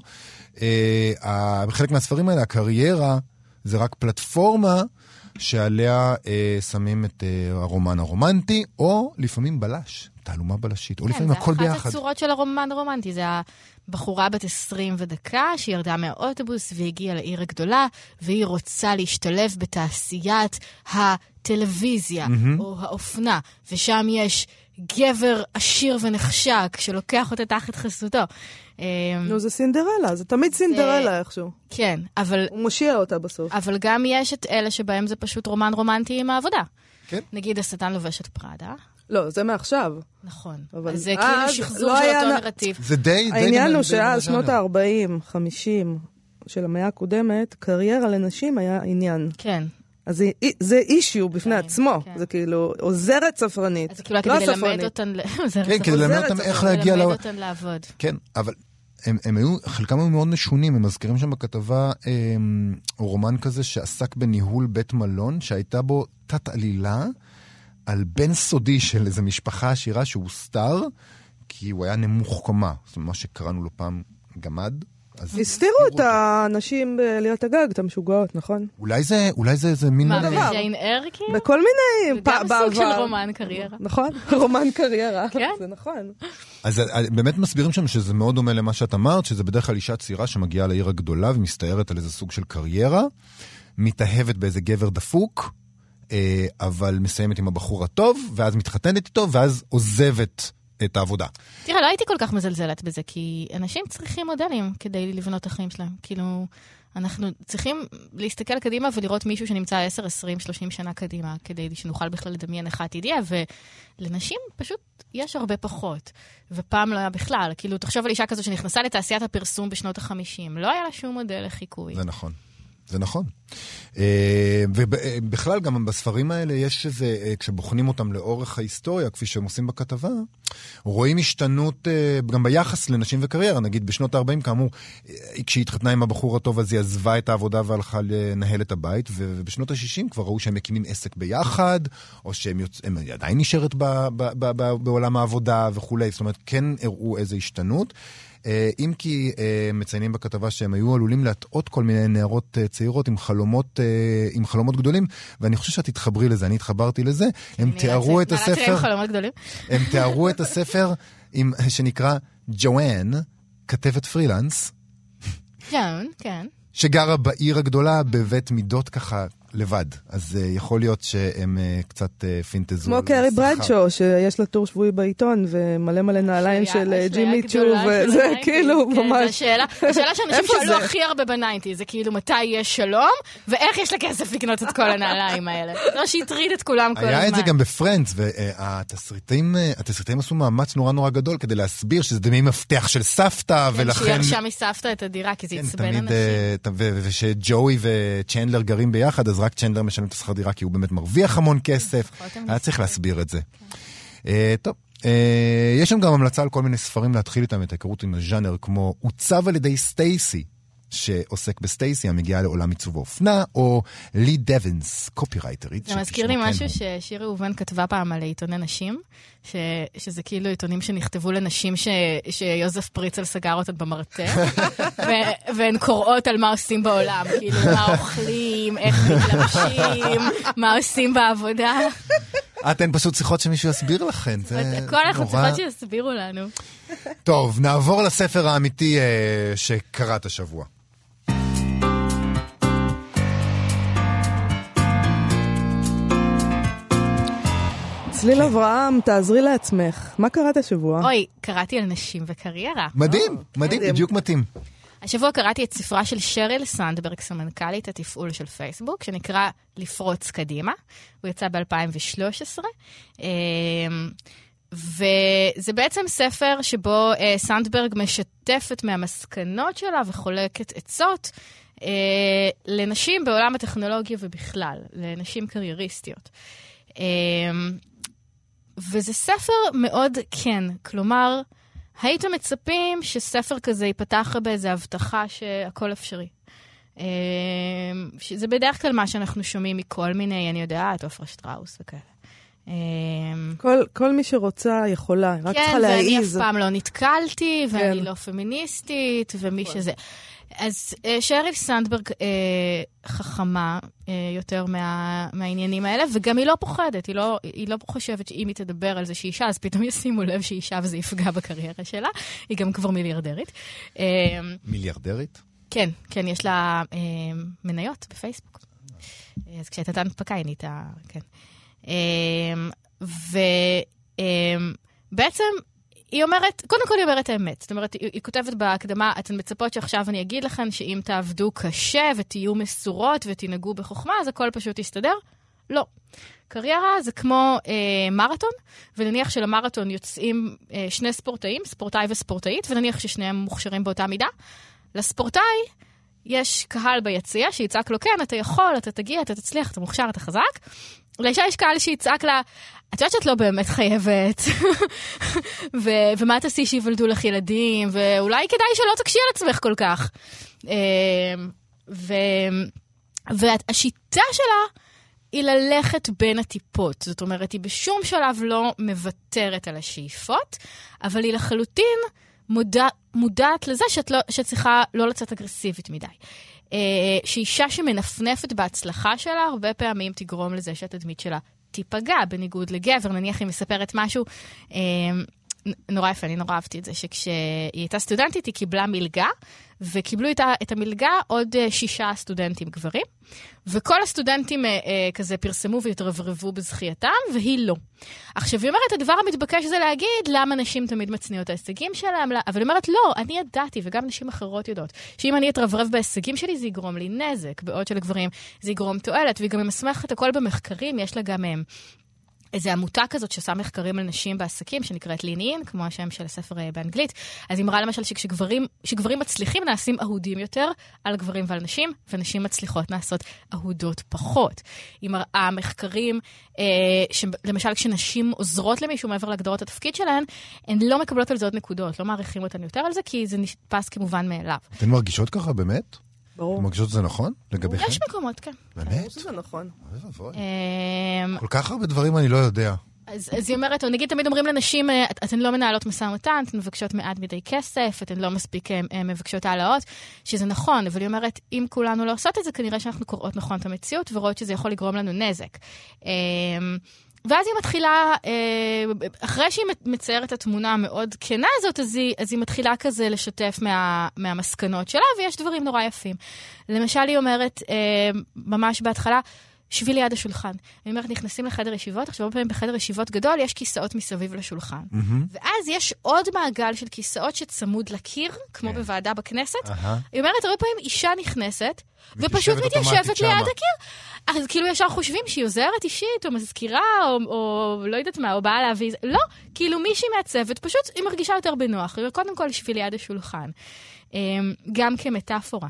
בחלק מהספרים האלה, הקריירה זה רק פלטפורמה שעליה שמים את הרומן הרומנטי, או לפעמים בלש, תעלומה בלשית, או לפעמים הכל ביחד. זה אחת הצורות של הרומן הרומנטי, זה הבחורה בת 20 ודקה, שהיא ירדה מהאוטובוס והגיעה לעיר הגדולה, והיא רוצה להשתלב בתעשיית הטלוויזיה, או האופנה, ושם יש גבר עשיר ונחשק, שלוקח אותה תחת חסותו. נו, זה סינדרלה, זה תמיד סינדרלה איכשהו. כן, אבל... הוא מושיע אותה בסוף. אבל גם יש את אלה שבהם זה פשוט רומן רומנטי עם העבודה. כן. נגיד, השטן לובש את פראדה. לא, זה מעכשיו. נכון. אבל זה כאילו שחזור של אותו נרטיב. זה די... העניין הוא שאז שנות ה-40, 50 של המאה הקודמת, קריירה לנשים היה עניין. כן. אז זה אישיו בפני עצמו. זה כאילו עוזרת ספרנית. אז כאילו כדי ללמד אותן... כן, כדי ללמד אותן איך להגיע... ללמד אותן לעבוד. כן, אבל הם היו, חלקם היו מאוד משונים, הם מזכירים שם בכתבה רומן כזה שעסק בניהול בית מלון, שהייתה בו תת עלילה על בן סודי של איזו משפחה עשירה שהוא סטאר, כי הוא היה נמוך קומה. זאת אומרת, מה שקראנו לו פעם גמד. הסתירו את האנשים בעליית הגג, את המשוגעות, נכון? אולי זה מין... מה, בג'יין אר כאילו? בכל מיני... גם סוג של רומן קריירה. נכון, רומן קריירה. כן? זה נכון. אז באמת מסבירים שם שזה מאוד דומה למה שאת אמרת, שזה בדרך כלל אישה צעירה שמגיעה לעיר הגדולה ומסתערת על איזה סוג של קריירה, מתאהבת באיזה גבר דפוק, אבל מסיימת עם הבחור הטוב, ואז מתחתנת איתו, ואז עוזבת את העבודה. תראה, לא הייתי כל כך מזלזלת בזה, כי אנשים צריכים מודלים כדי לבנות את החיים שלהם. כאילו, אנחנו צריכים להסתכל קדימה ולראות מישהו שנמצא 10, 20, 30 שנה קדימה, כדי שנוכל בכלל לדמיין איך העתיד יהיה, ולנשים פשוט יש הרבה פחות. ופעם לא היה בכלל. כאילו, תחשוב על אישה כזו שנכנסה לתעשיית הפרסום בשנות ה-50. לא היה לה שום מודל לחיקוי. זה נכון. זה נכון. ובכלל גם בספרים האלה יש איזה, כשבוחנים אותם לאורך ההיסטוריה, כפי שהם עושים בכתבה, רואים השתנות גם ביחס לנשים וקריירה. נגיד בשנות ה-40 כאמור, כשהיא התחתנה עם הבחור הטוב, אז היא עזבה את העבודה והלכה לנהל את הבית, ובשנות ה-60 כבר ראו שהם מקימים עסק ביחד, או שהם עדיין נשארת בעולם העבודה וכו'. זאת אומרת, כן הראו איזו השתנות. אם כי מציינים בכתבה שהם היו עלולים להטעות כל מיני נערות צעירות עם חלומות גדולים, ואני חושב שאת תתחברי לזה, אני התחברתי לזה. הם תיארו את הספר, הם תיארו את הספר שנקרא ג'ואן, כתבת פרילנס. ג'ואן, כן. שגרה בעיר הגדולה בבית מידות ככה לבד. אז יכול להיות שהם קצת פינטזו. כמו קרי ברדשו, שיש לה טור שבועי בעיתון, ומלא מלא נעליים של ג'ימי צ'ו, וזה כאילו ממש... השאלה שאנשים שאלו הכי הרבה בניינטי, זה כאילו מתי יש שלום, ואיך יש לה כסף לקנות את כל הנעליים האלה. זה שהטריד את כולם כל הזמן. היה את זה גם בפרנדס, והתסריטים עשו מאמץ נורא נורא גדול, כדי להסביר שזה דמי מפתח של סבתא, ולכן... שהיא עכשיו מסבתא את הדירה, כי זה יצבן אנשים. ושג'וי וצ'נדלר גרים ביחד, אז רק צ'נדלר משלם את השכר דירה, כי הוא באמת מרוויח המון כסף. היה צריך להסביר את זה. טוב, יש שם גם המלצה על כל מיני ספרים להתחיל איתם את ההיכרות עם הז'אנר, כמו עוצב על ידי סטייסי, שעוסק בסטייסי, המגיעה לעולם עיצוב האופנה, או לי דבנס, קופירייטרית. זה מזכיר לי משהו ששיר ראובן כתבה פעם על עיתוני נשים, שזה כאילו עיתונים שנכתבו לנשים שיוזף פריצל סגר אותן במרתף, והן קוראות על מה עושים בעולם, כאילו מה אוכלים, איך מתלבשים, מה עושים בעבודה. אתן פשוט צריכות שמישהו יסביר לכן. כל אנחנו צריכות שיסבירו לנו. טוב, נעבור לספר האמיתי שקראת השבוע. צליל אברהם, תעזרי לעצמך. מה קראת השבוע? אוי, קראתי על נשים וקריירה. מדהים, מדהים, בדיוק מתאים. השבוע קראתי את ספרה של שריל סנדברג, סמנכ"לית התפעול של פייסבוק, שנקרא לפרוץ קדימה. הוא יצא ב-2013. וזה בעצם ספר שבו סנדברג משתפת מהמסקנות שלה וחולקת עצות לנשים בעולם הטכנולוגיה ובכלל, לנשים קרייריסטיות. וזה ספר מאוד כן, כלומר, הייתם מצפים שספר כזה ייפתח באיזו הבטחה שהכל אפשרי. שזה בדרך כלל מה שאנחנו שומעים מכל מיני, אני יודעת, עופרה שטראוס וכאלה. כל מי שרוצה יכולה, רק צריכה להעיז. כן, ואני אף פעם לא נתקלתי, ואני לא פמיניסטית, ומי שזה... אז שריל סנדברג חכמה יותר מהעניינים האלה, וגם היא לא פוחדת, היא לא חושבת שאם היא תדבר על זה שהיא אישה, אז פתאום ישימו לב שהיא אישה וזה יפגע בקריירה שלה. היא גם כבר מיליארדרית. מיליארדרית? כן, כן, יש לה מניות בפייסבוק. אז כשהייתה הנפקה, היא נהייתה, כן. ובעצם היא אומרת, קודם כל היא אומרת האמת. זאת אומרת, היא כותבת בהקדמה, אתן מצפות שעכשיו אני אגיד לכם שאם תעבדו קשה ותהיו מסורות ותנהגו בחוכמה, אז הכל פשוט יסתדר? לא. קריירה זה כמו מרתון, ונניח שלמרתון יוצאים שני ספורטאים, ספורטאי וספורטאית, ונניח ששניהם מוכשרים באותה מידה. לספורטאי יש קהל ביציע שיצעק לו, כן, אתה יכול, אתה תגיע, אתה תצליח, אתה מוכשר, אתה חזק. לאישה יש קהל שיצעק לה, את יודעת שאת לא באמת חייבת, ומה תעשי שיוולדו לך ילדים, ואולי כדאי שלא תקשי על עצמך כל כך. והשיטה שלה היא ללכת בין הטיפות. זאת אומרת, היא בשום שלב לא מוותרת על השאיפות, אבל היא לחלוטין מודעת לזה שאת צריכה לא לצאת אגרסיבית מדי. שאישה שמנפנפת בהצלחה שלה, הרבה פעמים תגרום לזה שהתדמית שלה תיפגע, בניגוד לגבר. נניח היא מספרת משהו, נורא יפה, אני נורא אהבתי את זה, שכשהיא הייתה סטודנטית, היא קיבלה מלגה, וקיבלו את המלגה עוד 6 סטודנטים גברים, וכל הסטודנטים כזה פרסמו והתרברבו בזכייתם, והיא לא. עכשיו, היא אומרת, הדבר המתבקש זה להגיד, למה נשים תמיד מצניעות את ההישגים שלהם, אבל היא אומרת, לא, אני ידעתי, וגם נשים אחרות יודעות, שאם אני אתרברב בהישגים שלי, זה יגרום לי נזק, בעוד שלגברים זה יגרום תועלת, והיא גם מסמכת הכל במחקרים, יש לה גם איזו עמותה כזאת שעושה מחקרים על נשים בעסקים, שנקראת לינין, כמו השם של הספר באנגלית. אז היא מראה למשל שכשגברים מצליחים נעשים אהודים יותר על גברים ועל נשים, ונשים מצליחות נעשות אהודות פחות. היא מראה מחקרים, למשל כשנשים עוזרות למישהו מעבר להגדרות התפקיד שלהן, הן לא מקבלות על זה עוד נקודות, לא מעריכים אותן יותר על זה, כי זה נתפס כמובן מאליו. אתן מרגישות ככה באמת? ברור. מרגישות שזה נכון? לגביכם? יש מקומות, כן. באמת? זה נכון. כל כך הרבה דברים אני לא יודע. אז היא אומרת, או נגיד תמיד אומרים לנשים, אתן לא מנהלות משא ומתן, אתן מבקשות מעט מדי כסף, אתן לא מספיק מבקשות העלאות, שזה נכון, אבל היא אומרת, אם כולנו לא עושות את זה, כנראה שאנחנו קוראות נכון את המציאות, ורואות שזה יכול לגרום לנו נזק. ואז היא מתחילה, אחרי שהיא מציירת את התמונה המאוד כנה הזאת, אז היא מתחילה כזה לשתף מהמסקנות שלה, ויש דברים נורא יפים. למשל, היא אומרת, ממש בהתחלה, שבי ליד השולחן. היא אומרת, נכנסים לחדר ישיבות, עכשיו הרבה פעמים בחדר ישיבות גדול, יש כיסאות מסביב לשולחן. ואז יש עוד מעגל של כיסאות שצמוד לקיר, כמו בוועדה בכנסת. היא אומרת, הרבה פעמים אישה נכנסת, ופשוט מתיישבת ליד הקיר. אז כאילו ישר חושבים שהיא עוזרת אישית, או מזכירה, או לא יודעת מה, או באה להביא... לא, כאילו מישהי מעצבת, פשוט היא מרגישה יותר בנוח. היא אומרת, קודם כל, שבי ליד השולחן. גם כמטאפורה.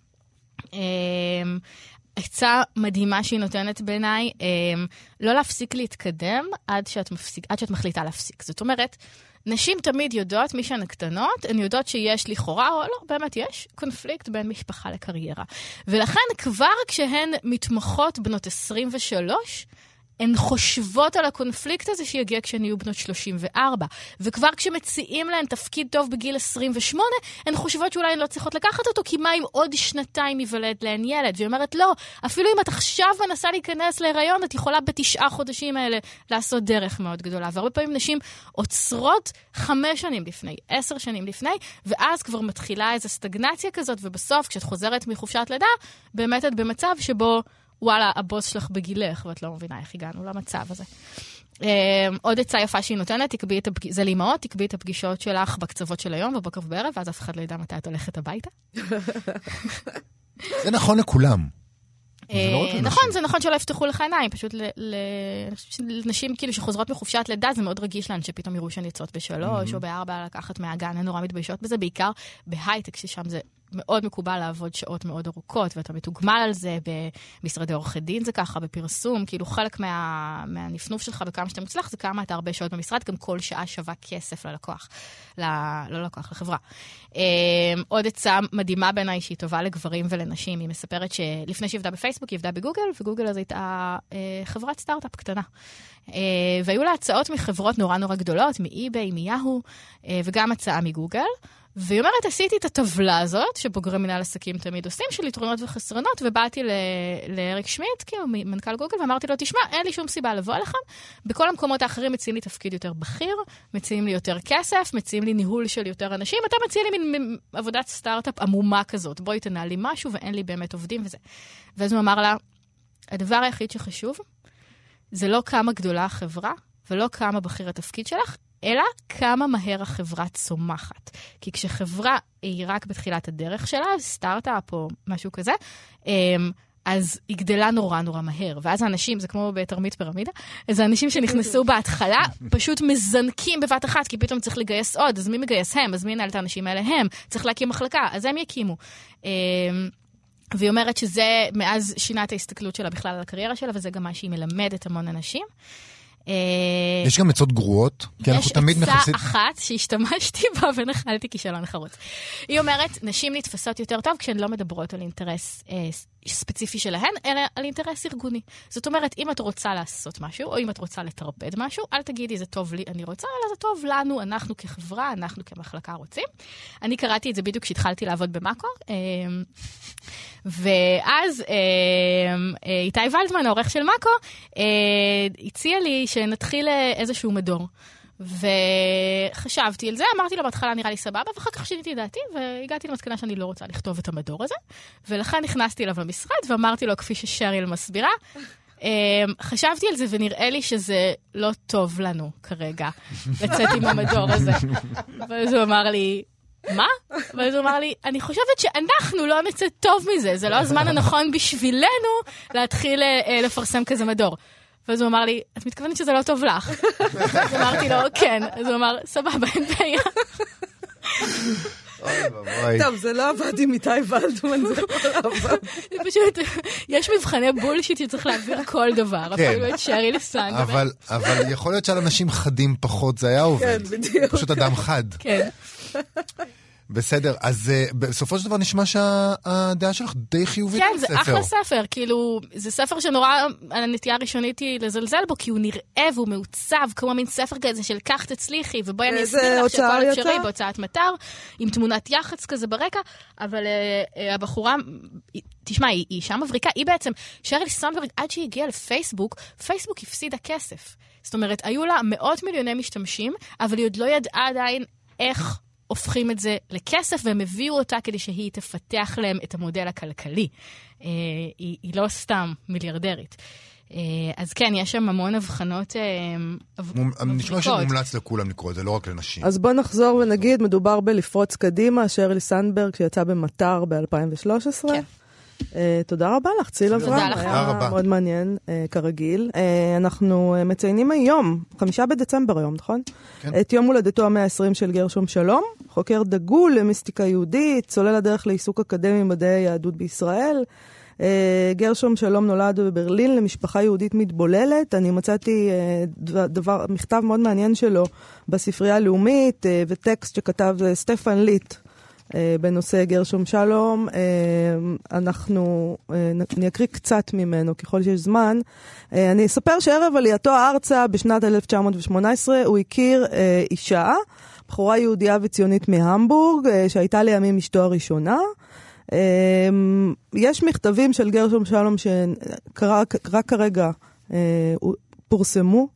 עצה מדהימה שהיא נותנת בעיניי, לא להפסיק להתקדם עד שאת מחליטה להפסיק. זאת אומרת, נשים תמיד יודעות, מי שהן הקטנות, הן יודעות שיש לכאורה, או לא, באמת יש, קונפליקט בין משפחה לקריירה. ולכן כבר כשהן מתמחות בנות 23, הן חושבות על הקונפליקט הזה שיגיע כשהן יהיו בנות 34. וכבר כשמציעים להן תפקיד טוב בגיל 28, הן חושבות שאולי הן לא צריכות לקחת אותו, כי מה אם עוד 2 ייוולד להן ילד? והיא אומרת, לא, אפילו אם את עכשיו מנסה להיכנס להיריון, את יכולה ב9 חודשים האלה לעשות דרך מאוד גדולה. והרבה פעמים נשים עוצרות 5 שנים לפני, 10 שנים לפני, ואז כבר מתחילה איזו סטגנציה כזאת, ובסוף, כשאת חוזרת מחופשת לידה, באמת את במצב שבו וואלה, הבוס שלך בגילך, ואת לא מבינה איך הגענו למצב הזה. עוד עצה יפה שהיא נותנת, זה לאמהות, תקבי את הפגישות שלך בקצוות של היום ובוקר ובערב, ואז אף אחד לא ידע מתי את הולכת הביתה. זה נכון לכולם. נכון, זה נכון שלא יפתחו לך עיניים, פשוט לנשים כאילו שחוזרות מחופשת לידה, זה מאוד רגיש להן שפתאום יראו שהן יוצאות ב3 או ב4 לקחת מהגן, הן נורא מתביישות בזה, בעיקר בהייטק, ששם זה מאוד מקובל לעבוד שעות מאוד ארוכות, ואתה מתוגמל על זה במשרדי עורכי דין, זה ככה, בפרסום, כאילו חלק מהנפנוף שלך בכמה שאתה מוצלח, זה כמה אתה הרבה שעות במשרד, גם כל שעה שווה כסף ללקוח, לא ללקוח, לחברה. עוד עצה מדהימה בעיניי שהיא טובה לגברים ולנשים, היא מספרת שלפני שהיא עבדה בפייסבוק, היא עבדה בגוגל, וגוגל אז הייתה חברת סטארט-אפ קטנה. והיו לה הצעות מחברות נורא נורא גדולות, מאי-ביי, מיהו, וגם הצעה מגוגל. והיא אומרת, עשיתי את הטבלה הזאת, שבוגרי מנהל עסקים תמיד עושים, של יתרונות וחסרונות, ובאתי לאריק שמיט, כאילו, מנכ"ל גוגל, ואמרתי לו, תשמע, אין לי שום סיבה לבוא אליכם. בכל המקומות האחרים מציעים לי תפקיד יותר בכיר, מציעים לי יותר כסף, מציעים לי ניהול של יותר אנשים, אתה מציע לי מין עבודת סטארט-אפ עמומה כזאת, בואי תנהל לי משהו, ואין לי באמת עובדים וזה. ואז הוא אמר לה, הדבר היחיד שחשוב, זה לא כמה גדולה החברה, ולא כמה בכיר התפקיד שלך, אלא כמה מהר החברה צומחת. כי כשחברה היא רק בתחילת הדרך שלה, סטארט-אפ או משהו כזה, אז היא גדלה נורא נורא מהר. ואז האנשים, זה כמו בתרמית פירמידה, אז האנשים שנכנסו בהתחלה פשוט מזנקים בבת אחת, כי פתאום צריך לגייס עוד, אז מי מגייס הם? אז מי ינהל את האנשים האלה? הם. צריך להקים מחלקה, אז הם יקימו. והיא אומרת שזה מאז שינה את ההסתכלות שלה בכלל על הקריירה שלה, וזה גם מה שהיא מלמדת המון אנשים. יש גם עצות גרועות, כי אנחנו תמיד יש עצה אחת שהשתמשתי בה ונחלתי כישלון חרוץ. היא אומרת, נשים נתפסות יותר טוב כשהן לא מדברות על אינטרס ספציפי שלהן, אלא על אינטרס ארגוני. זאת אומרת, אם את רוצה לעשות משהו, או אם את רוצה לטרפד משהו, אל תגידי, זה טוב לי, אני רוצה, אלא זה טוב לנו, אנחנו כחברה, אנחנו כמחלקה רוצים. אני קראתי את זה בדיוק כשהתחלתי לעבוד במאקו, ואז איתי ולדמן, העורך של מאקו, הציע לי שנתחיל איזשהו מדור. וחשבתי על זה, אמרתי לו בהתחלה נראה לי סבבה, ואחר כך שיניתי דעתי, והגעתי למסקנה שאני לא רוצה לכתוב את המדור הזה, ולכן נכנסתי אליו למשרד, ואמרתי לו, כפי ששריל מסבירה, חשבתי על זה, ונראה לי שזה לא טוב לנו כרגע, לצאת עם המדור הזה. ואז הוא אמר לי, מה? ואז הוא אמר לי, אני חושבת שאנחנו לא נצא טוב מזה, זה לא הזמן הנכון בשבילנו להתחיל לפרסם כזה מדור. ואז הוא אמר לי, את מתכוונת שזה לא טוב לך? אז אמרתי לו, כן. אז הוא אמר, סבבה, אין בעיה. טוב, זה לא עבד עם איתי ולדמן, זה לא עבד. זה פשוט, יש מבחני בולשיט שצריך להעביר כל דבר, אפילו את שריל סנדברג. אבל יכול להיות שעל אנשים חדים פחות זה היה עובד. כן, בדיוק. פשוט אדם חד. כן. בסדר, אז בסופו של דבר נשמע שהדעה שלך די חיובית על ספר. כן, זה אחלה ספר, כאילו, זה ספר שנורא, הנטייה הראשונית היא לזלזל בו, כי הוא נראה והוא מעוצב, כמו מין ספר כזה של כך תצליחי, ובואי אני אסביר לך שהכל אפשרי בהוצאת מטר, עם תמונת יח"צ כזה ברקע, אבל הבחורה, תשמע, היא אישה מבריקה, היא בעצם, שריל סנדברג, עד שהיא הגיעה לפייסבוק, פייסבוק הפסידה כסף. זאת אומרת, היו לה מאות מיליוני משתמשים, אבל היא עוד לא ידעה עדיין איך הופכים את זה לכסף, והם הביאו אותה כדי שהיא תפתח להם את המודל הכלכלי. היא לא סתם מיליארדרית. אז כן, יש שם המון הבחנות מבריקות. נשמע שמומלץ לכולם לקרוא את זה, לא רק לנשים. אז בוא נחזור ונגיד, מדובר בלפרוץ קדימה, שריל סנדברג שיצא במטר ב-2013. כן. תודה רבה לך, ציל אברהם. היה מאוד מעניין, כרגיל. אנחנו מציינים היום, 5 בדצמבר היום, נכון? את יום הולדתו ה-120 של גרשום שלום, חוקר דגול למיסטיקה יהודית, צולל הדרך לעיסוק אקדמי מדעי היהדות בישראל. גרשום שלום נולד בברלין למשפחה יהודית מתבוללת. אני מצאתי מכתב מאוד מעניין שלו בספרייה הלאומית, וטקסט שכתב סטפן ליט, בנושא גרשום שלום. אני אקריא קצת ממנו ככל שיש זמן. אני אספר שערב עלייתו ארצה בשנת 1918 הוא הכיר אישה, בחורה יהודיה וציונית מהמבורג, שהייתה לימים אשתו הראשונה. יש מכתבים של גרשום שלום שרק כרגע פורסמו,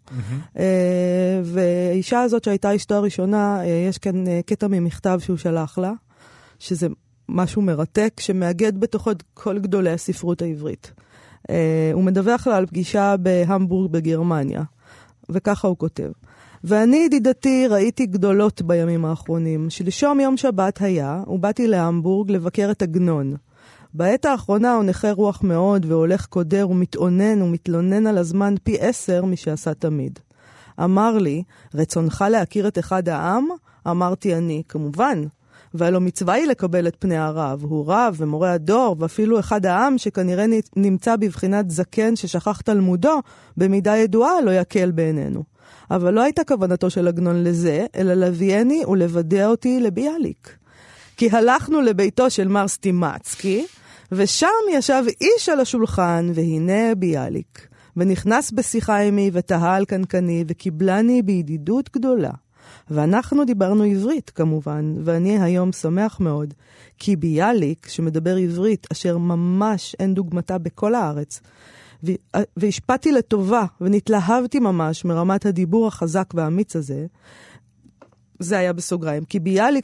והאישה הזאת שהייתה אשתו הראשונה, יש כאן קטע ממכתב שהוא שלח לה, שזה משהו מרתק, שמאגד בתוכו את כל גדולי הספרות העברית. הוא מדווח לה על פגישה בהמבורג בגרמניה, וככה הוא כותב. ואני ידידתי ראיתי גדולות בימים האחרונים. שלשום יום שבת היה, ובאתי להמבורג לבקר את עגנון. בעת האחרונה הוא נכה רוח מאוד, והולך קודר ומתאונן ומתלונן על הזמן פי 10 משעשה תמיד. אמר לי, רצונך להכיר את אחד העם? אמרתי אני, כמובן. והלא מצווה היא לקבל את פני הרב. הוא רב ומורה הדור, ואפילו אחד העם שכנראה נמצא בבחינת זקן ששכח תלמודו, במידה ידועה לא יקל בעינינו. אבל לא הייתה כוונתו של עגנון לזה, אלא להביאני ולוודע אותי לביאליק. כי הלכנו לביתו של מר סטימצקי, ושם ישב איש על השולחן, והנה ביאליק. ונכנס בשיחה עמי ותהה על קנקני, וקיבלני בידידות גדולה. ואנחנו דיברנו עברית כמובן, ואני היום שמח מאוד, כי ביאליק, שמדבר עברית, אשר ממש אין דוגמתה בכל הארץ, והשפעתי לטובה, ונתלהבתי ממש מרמת הדיבור החזק והאמיץ הזה, זה היה בסוגריים, כי ביאליק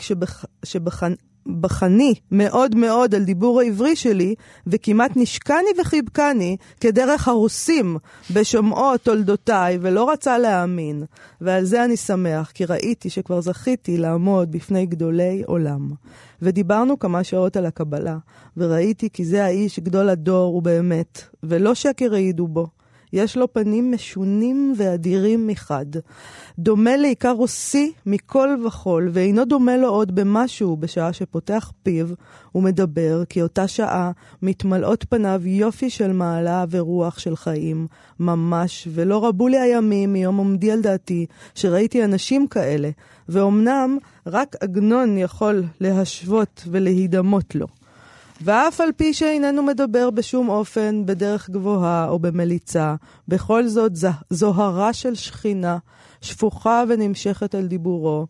בחני מאוד מאוד על דיבור העברי שלי, וכמעט נשקני וחיבקני כדרך הרוסים בשומעו תולדותיי, ולא רצה להאמין. ועל זה אני שמח, כי ראיתי שכבר זכיתי לעמוד בפני גדולי עולם. ודיברנו כמה שעות על הקבלה, וראיתי כי זה האיש גדול הדור ובאמת, ולא שקר העידו בו. יש לו פנים משונים ואדירים מחד. דומה לעיקר רוסי מכל וכל, ואינו דומה לו עוד במשהו בשעה שפותח פיו ומדבר, כי אותה שעה מתמלאות פניו יופי של מעלה ורוח של חיים, ממש, ולא רבו לי הימים מיום עומדי על דעתי, שראיתי אנשים כאלה, ואומנם רק עגנון יכול להשוות ולהידמות לו. ואף על פי שאיננו מדבר בשום אופן בדרך גבוהה או במליצה, בכל זאת זוהרה של שכינה, שפוכה ונמשכת על דיבורו,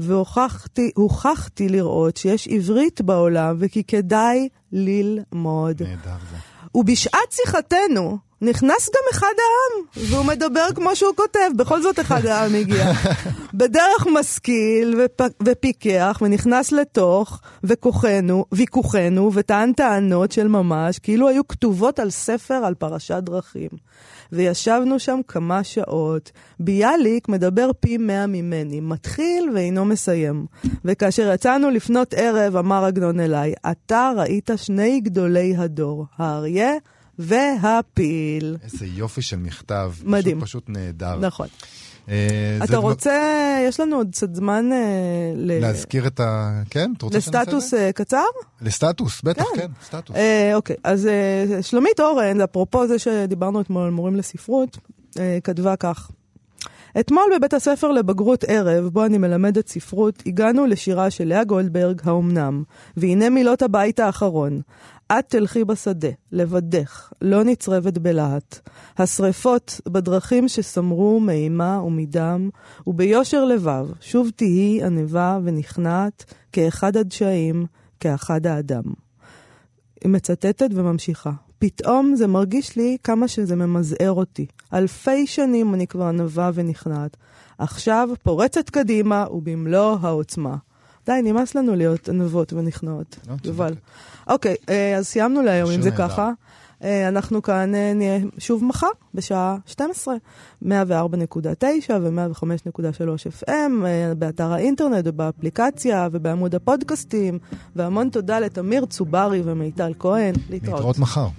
והוכחתי לראות שיש עברית בעולם וכי כדאי ללמוד. נהדר זה. ובשעת שיחתנו נכנס גם אחד העם, והוא מדבר כמו שהוא כותב, בכל זאת אחד העם הגיע. בדרך משכיל ופיקח, ונכנס לתוך ויכוחנו, וטען טענות של ממש, כאילו היו כתובות על ספר על פרשת דרכים. וישבנו שם כמה שעות. ביאליק מדבר פי 100 ממני, מתחיל ואינו מסיים. וכאשר יצאנו לפנות ערב, אמר עגנון אליי, אתה ראית שני גדולי הדור, האריה והפיל. איזה יופי של מכתב. מדהים. פשוט נהדר. נכון. אתה רוצה, יש לנו עוד קצת זמן להזכיר את ה... כן? לסטטוס קצר? לסטטוס, בטח, כן, סטטוס. אוקיי, אז שלומית אורן, אפרופו זה שדיברנו אתמול על מורים לספרות, כתבה כך. אתמול בבית הספר לבגרות ערב, בו אני מלמדת ספרות, הגענו לשירה של לאה גולדברג, האומנם, והנה מילות הבית האחרון. את תלכי בשדה, לבדך, לא נצרבת בלהט. השריפות בדרכים שסמרו מאימה ומדם, וביושר לבב, שוב תהי ענבה ונכנעת, כאחד הדשאים, כאחד האדם. היא מצטטת וממשיכה. פתאום זה מרגיש לי כמה שזה ממזער אותי. אלפי שנים אני כבר ענבה ונכנעת. עכשיו פורצת קדימה ובמלוא העוצמה. די, נמאס לנו להיות ענבות ונכנעות. יובל. אוקיי, אז סיימנו להיום אם זה ככה. אנחנו כאן נהיה שוב מחר בשעה 12, 104.9 ו-105.3 FM, באתר האינטרנט ובאפליקציה ובעמוד הפודקאסטים, והמון תודה לתמיר צוברי ומיטל כהן. להתראות מחר.